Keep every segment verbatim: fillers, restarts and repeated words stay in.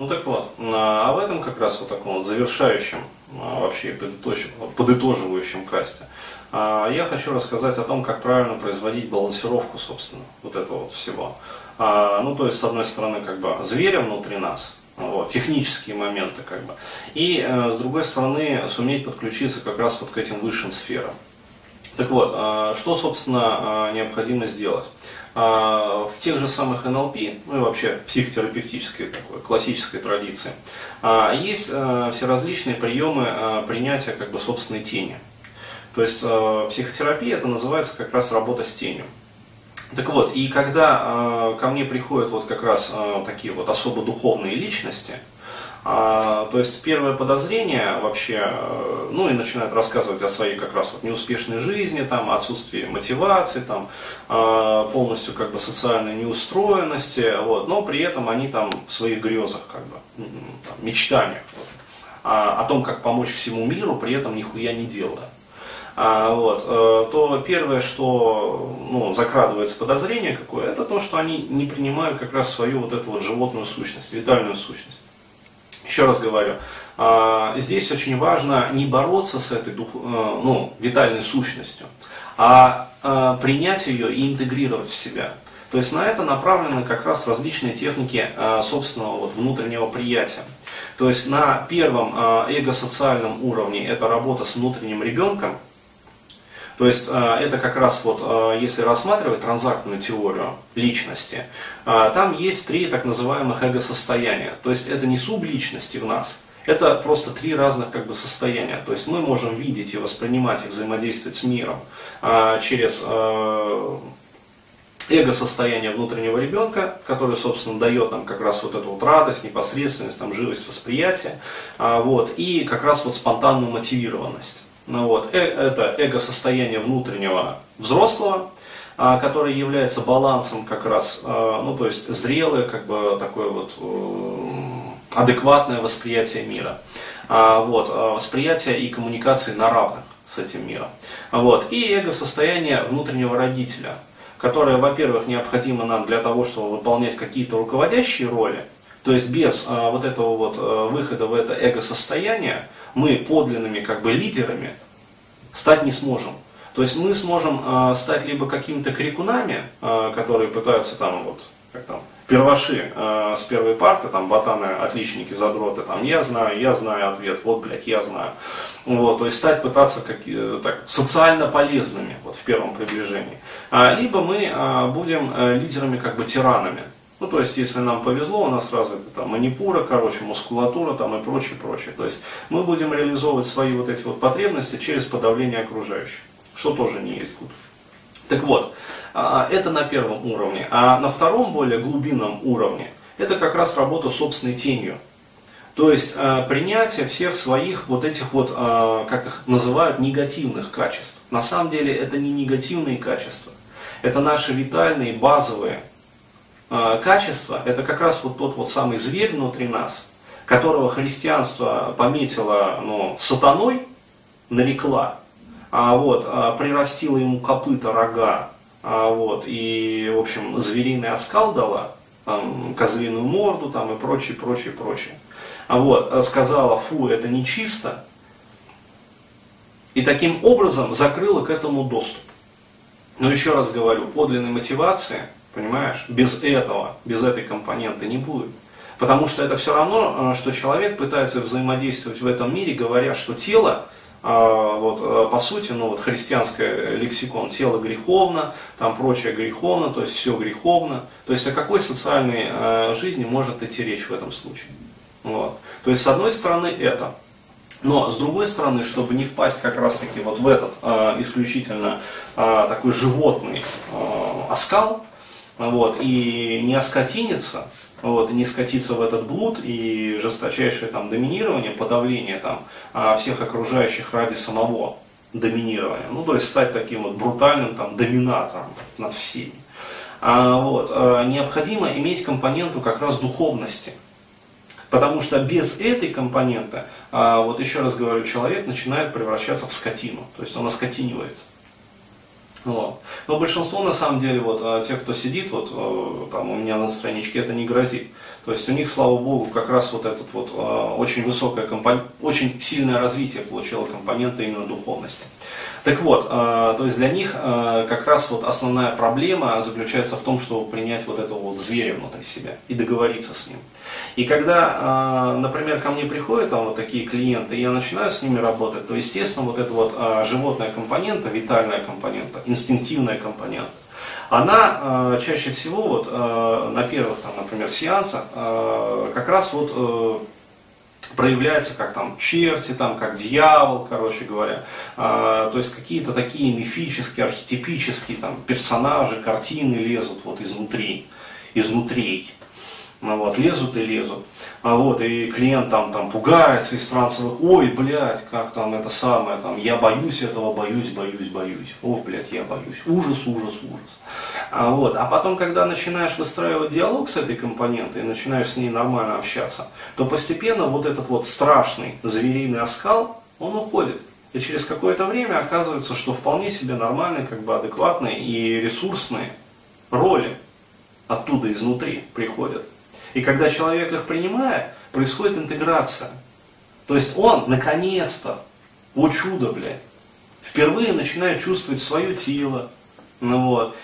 Ну так вот, а в этом как раз вот таком вот завершающем, вообще подытоживающем касте, я хочу рассказать о том, как правильно производить балансировку, собственно, вот этого вот всего. Ну то есть, с одной стороны, как бы зверя внутри нас, вот, технические моменты, как бы, и с другой стороны, суметь подключиться как раз вот к этим высшим сферам. Так вот, что, собственно, необходимо сделать? В тех же самых эн эл пи, ну и вообще психотерапевтической такой классической традиции, есть все различные приемы принятия как бы собственной тени. То есть психотерапия, это называется как раз работа с тенью. Так вот, и когда ко мне приходят вот как раз такие вот особо духовные личности, А, то есть первое подозрение вообще, ну и начинают рассказывать о своей как раз вот неуспешной жизни, там, отсутствии мотивации, там, а, полностью как бы социальной неустроенности, вот, но при этом они там в своих грезах, как бы, там, мечтаниях вот, а, о том, как помочь всему миру, при этом нихуя не делая. А, вот, то первое, что ну, закрадывается подозрение какое, это то, что они не принимают как раз свою вот эту вот животную сущность, витальную сущность. Еще раз говорю, здесь очень важно не бороться с этой дух, ну, витальной сущностью, а принять ее и интегрировать в себя. То есть на это направлены как раз различные техники собственного вот внутреннего приятия. То есть на первом эго-социальном уровне это работа с внутренним ребенком. То есть это как раз вот, если рассматривать транзактную теорию личности, там есть три так называемых эго-состояния. То есть это не субличности в нас, это просто три разных как бы состояния. То есть мы можем видеть и воспринимать и взаимодействовать с миром через эго-состояние внутреннего ребенка, который, собственно, дает нам как раз вот эту вот радость, непосредственность, там, живость восприятия, вот, и как раз вот спонтанную мотивированность. Ну, вот, э, это эго-состояние внутреннего взрослого, а, которое является балансом как раз, а, ну то есть зрелое, как бы такое вот э, адекватное восприятие мира, а, вот, восприятие и коммуникации на равных с этим миром. Вот, и эго-состояние внутреннего родителя, которое, во-первых, необходимо нам для того, чтобы выполнять какие-то руководящие роли. То есть без а, вот этого вот а, выхода в это эго-состояние мы подлинными как бы лидерами стать не сможем. То есть мы сможем а, стать либо какими-то крикунами, а, которые пытаются там вот, как там, перваши а, с первой парты, там ботаны, отличники, задроты, там я знаю, я знаю ответ, вот блядь, я знаю. Вот, то есть стать пытаться как, так, социально полезными вот, в первом приближении. А, либо мы а, будем а, лидерами как бы тиранами. Ну, то есть, если нам повезло, у нас развита там манипура, короче, мускулатура там и прочее, прочее. То есть, мы будем реализовывать свои вот эти вот потребности через подавление окружающих, что тоже не есть гуд. Так вот, это на первом уровне. А на втором, более глубинном уровне, это как раз работа с собственной тенью. То есть, принятие всех своих вот этих вот, как их называют, негативных качеств. На самом деле, это не негативные качества. Это наши витальные, базовые качество, это как раз вот тот вот самый зверь внутри нас, которого христианство пометило, ну, сатаной, нарекла, а вот, прирастила ему копыта, рога, а вот, и, в общем, звериный оскал дала, там, козлиную морду там, и прочее, прочее, прочее. А вот, сказала, фу, это нечисто, и таким образом закрыла к этому доступ. Но еще раз говорю, подлинной мотивации, понимаешь, без этого, без этой компоненты не будет. Потому что это все равно, что человек пытается взаимодействовать в этом мире, говоря, что тело, вот, по сути, ну, вот, христианский лексикон, тело греховно, там прочее греховно, то есть все греховно. То есть о какой социальной жизни может идти речь в этом случае? Вот. То есть с одной стороны это. Но с другой стороны, чтобы не впасть как раз таки вот в этот исключительно такой животный оскал, вот, и не оскотиниться, вот, и не скатиться в этот блуд и жесточайшее там, доминирование, подавление там, всех окружающих ради самого доминирования. Ну, то есть стать таким вот брутальным там, доминатором над всеми. А, вот, необходимо иметь компоненту как раз духовности. Потому что без этой компоненты, вот еще раз говорю, человек начинает превращаться в скотину. То есть он оскотинивается. Вот. Но большинство, на самом деле, вот, тех, кто сидит, вот, там, у меня на страничке, это не грозит. То есть у них, слава богу, как раз вот этот вот э, очень высокое, компон... очень сильное развитие получило компонента именно духовности. Так вот, э, то есть для них э, как раз вот основная проблема заключается в том, чтобы принять вот этого вот зверя внутри себя и договориться с ним. И когда, э, например, ко мне приходят там вот такие клиенты, и я начинаю с ними работать, то, естественно, вот эта вот э, животная компонента, витальная компонента, инстинктивная компонента, она э, чаще всего вот, э, на первых, там, например, сеансах э, как раз вот э, проявляется как там черти, там, как дьявол, короче говоря. А, то есть какие-то такие мифические, архетипические там, персонажи, картины лезут вот изнутри, изнутри. Ну, вот, лезут и лезут. А вот, и клиент там, там пугается из трансовых, ой, блядь, как там это самое, там, я боюсь этого, боюсь, боюсь, боюсь. О, блядь, я боюсь. Ужас, ужас, ужас. А, вот, а потом, когда начинаешь выстраивать диалог с этой компонентой и начинаешь с ней нормально общаться, то постепенно вот этот вот страшный звериный оскал, он уходит. И через какое-то время оказывается, что вполне себе нормальные, как бы адекватные и ресурсные роли оттуда изнутри приходят. И когда человек их принимает, происходит интеграция. То есть он, наконец-то, о чудо, блядь, впервые начинает чувствовать свое тело. Ну, вот,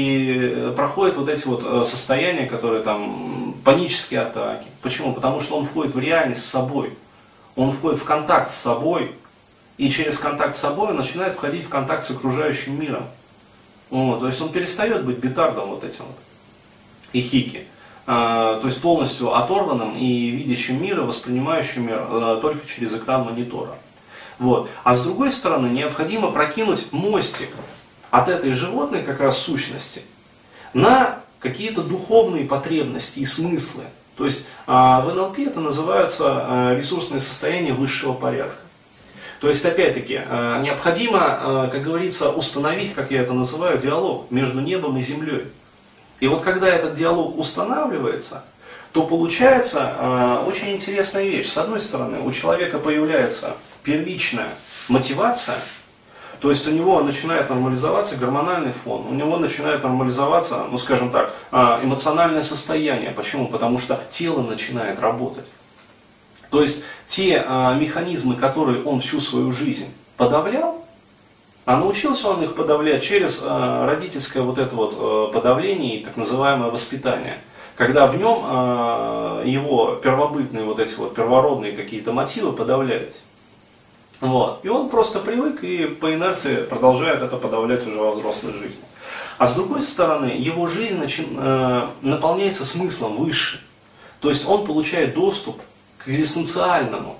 и проходят вот эти вот состояния, которые там, панические атаки. Почему? Потому что он входит в реальность с собой. Он входит в контакт с собой. И через контакт с собой он начинает входить в контакт с окружающим миром. Вот, то есть он перестает быть бетардом вот этим вот. И хики. То есть полностью оторванным и видящим мир, и воспринимающим мир только через экран монитора. Вот. А с другой стороны, необходимо прокинуть мостик от этой животной как раз сущности на какие-то духовные потребности и смыслы. То есть в эн эл пи это называются ресурсные состояния высшего порядка. То есть, опять-таки, необходимо, как говорится, установить, как я это называю, диалог между небом и землей. И вот когда этот диалог устанавливается, то получается э, очень интересная вещь. С одной стороны, у человека появляется первичная мотивация, то есть у него начинает нормализоваться гормональный фон, у него начинает нормализоваться, ну скажем так, э, эмоциональное состояние. Почему? Потому что тело начинает работать. То есть те э, механизмы, которые он всю свою жизнь подавлял, а научился он их подавлять через э, родительское вот это вот э, подавление и так называемое воспитание. Когда в нем э, его первобытные вот эти вот первородные какие-то мотивы подавлялись. Вот. И он просто привык и по инерции продолжает это подавлять уже во взрослой жизни. А с другой стороны, его жизнь начи- э, наполняется смыслом выше. То есть он получает доступ к экзистенциальному.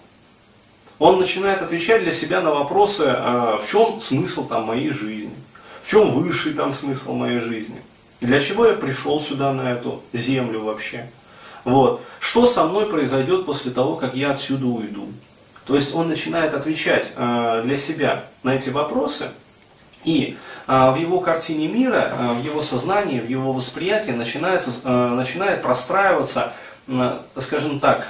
Он начинает отвечать для себя на вопросы, в чем смысл там, моей жизни, в чем высший там смысл моей жизни, для чего я пришел сюда на эту землю вообще, вот. Что со мной произойдет после того, как я отсюда уйду. То есть он начинает отвечать для себя на эти вопросы, и в его картине мира, в его сознании, в его восприятии начинается, начинает простраиваться, скажем так,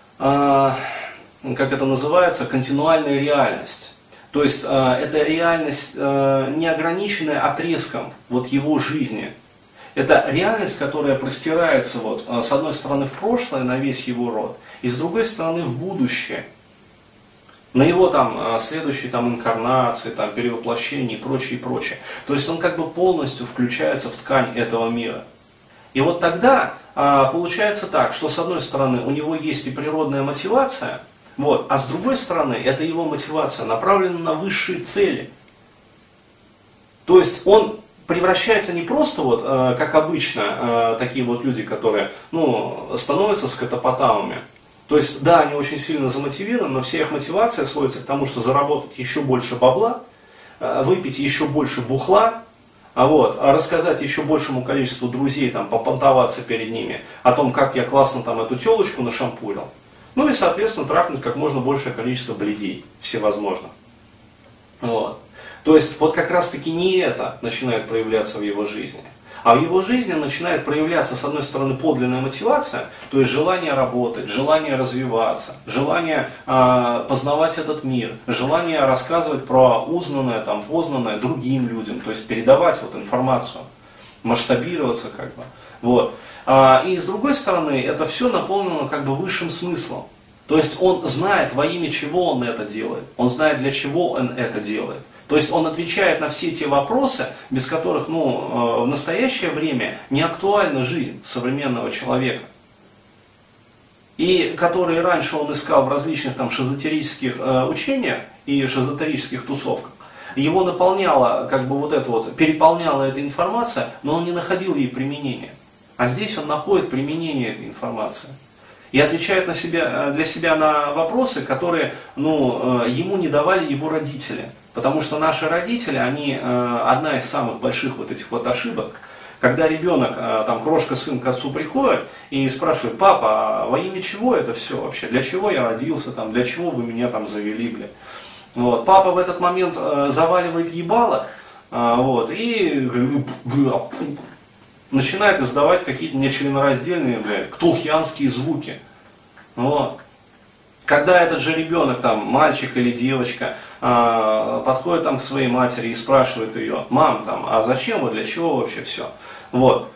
как это называется, континуальная реальность. То есть э, это реальность э, не ограниченная отрезком вот его жизни. Это реальность, которая простирается вот, э, с одной стороны в прошлое на весь его род, и с другой стороны в будущее. На его там э, следующие там, инкарнации, там, перевоплощения и прочее, и прочее. То есть он как бы полностью включается в ткань этого мира. И вот тогда э, получается так, что с одной стороны у него есть и природная мотивация, вот. А с другой стороны, это его мотивация направлена на высшие цели. То есть он превращается не просто, вот, э, как обычно, э, такие вот люди, которые ну, становятся скотопотамами. То есть, да, они очень сильно замотивированы, но вся их мотивация сводится к тому, что заработать еще больше бабла, э, выпить еще больше бухла, а вот, а рассказать еще большему количеству друзей, там, попонтоваться перед ними о том, как я классно там эту телочку нашампурил. Ну и, соответственно, трахнуть как можно большее количество блядей всевозможных. Вот. То есть, вот как раз таки не это начинает проявляться в его жизни. А в его жизни начинает проявляться, с одной стороны, подлинная мотивация, то есть желание работать, желание развиваться, желание э, познавать этот мир, желание рассказывать про узнанное, там, познанное другим людям, то есть передавать вот информацию, масштабироваться как бы. Вот. А, и с другой стороны, это все наполнено как бы высшим смыслом. То есть он знает, во имя чего он это делает, он знает, для чего он это делает. То есть он отвечает на все те вопросы, без которых ну, в настоящее время не актуальна жизнь современного человека. И которые раньше он искал в различных там, шизотерических э, учениях и шизотерических тусовках. Его наполняла, как бы вот это вот, переполняла эта информация, но он не находил ей применения. А здесь он находит применение этой информации. И отвечает на себя, для себя на вопросы, которые ну, ему не давали его родители. Потому что наши родители, они одна из самых больших вот этих вот ошибок, когда ребенок, там, крошка-сын к отцу приходит и спрашивает: папа, а во имя чего это все вообще? Для чего я родился, там, для чего вы меня там завели, бля? Вот. Папа в этот момент заваливает ебало, вот, и начинает издавать какие-то нечленораздельные, блядь, ктулхианские звуки. Вот. Когда этот же ребенок, там, мальчик или девочка, э, подходит там, к своей матери и спрашивает ее: мам, там, а зачем вы, для чего вообще все? Вот.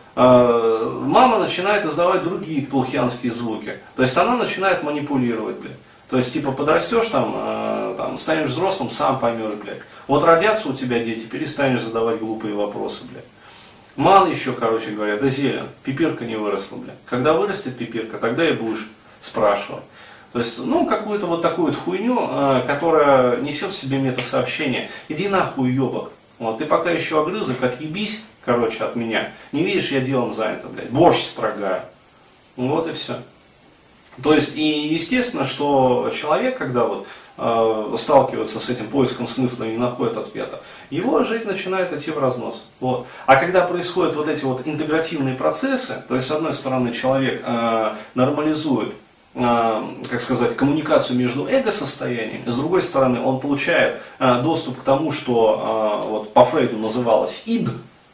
Э, мама начинает издавать другие ктулхианские звуки. То есть она начинает манипулировать, блядь. То есть, типа, подрастешь, там, э, там, станешь взрослым, сам поймешь, блядь. Вот родятся у тебя дети, перестанешь задавать глупые вопросы, блядь. Мало еще, короче говоря, да зелен, пипирка не выросла, бля. Когда вырастет пипирка, тогда и будешь спрашивать. То есть, ну, какую-то вот такую вот хуйню, э, которая несет в себе метасообщение. Иди нахуй, ебок. Вот, ты пока еще огрызок, отъебись, короче, от меня. Не видишь, я делом занят, блядь, борщ строгаю. Вот и все. То есть, и естественно, что человек, когда вот э, сталкивается с этим поиском смысла и не находит ответа, его жизнь начинает идти в разнос. Вот. А когда происходят вот эти вот интегративные процессы, то есть, с одной стороны, человек э, нормализует, э, как сказать, коммуникацию между эго-состояниями, с другой стороны, он получает э, доступ к тому, что э, вот, по Фрейду называлось ид,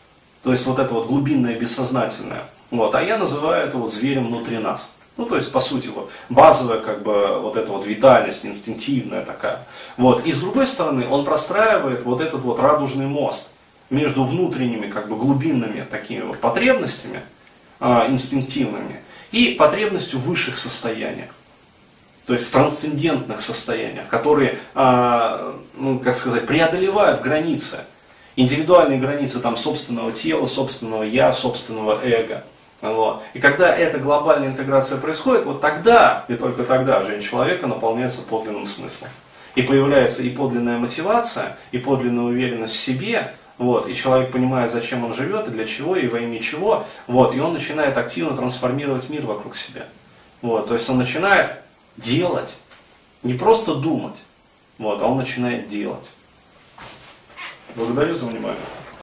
то есть, вот это вот глубинное бессознательное, вот, а я называю это вот зверем внутри нас. Ну, то есть, по сути, вот, базовая, как бы, вот эта вот витальность, инстинктивная такая. Вот. И с другой стороны, он простраивает вот этот вот радужный мост между внутренними, как бы, глубинными такими вот потребностями, э, инстинктивными, и потребностью в высших состояниях. То есть, в трансцендентных состояниях, которые, э, ну, как сказать, преодолевают границы, индивидуальные границы там, собственного тела, собственного я, собственного эго. Вот. И когда эта глобальная интеграция происходит, вот тогда, и только тогда, жизнь человека наполняется подлинным смыслом. И появляется и подлинная мотивация, и подлинная уверенность в себе, вот, и человек понимает, зачем он живет, и для чего, и во имя чего, вот, и он начинает активно трансформировать мир вокруг себя. Вот, то есть он начинает делать, не просто думать, вот, а он начинает делать. Благодарю за внимание.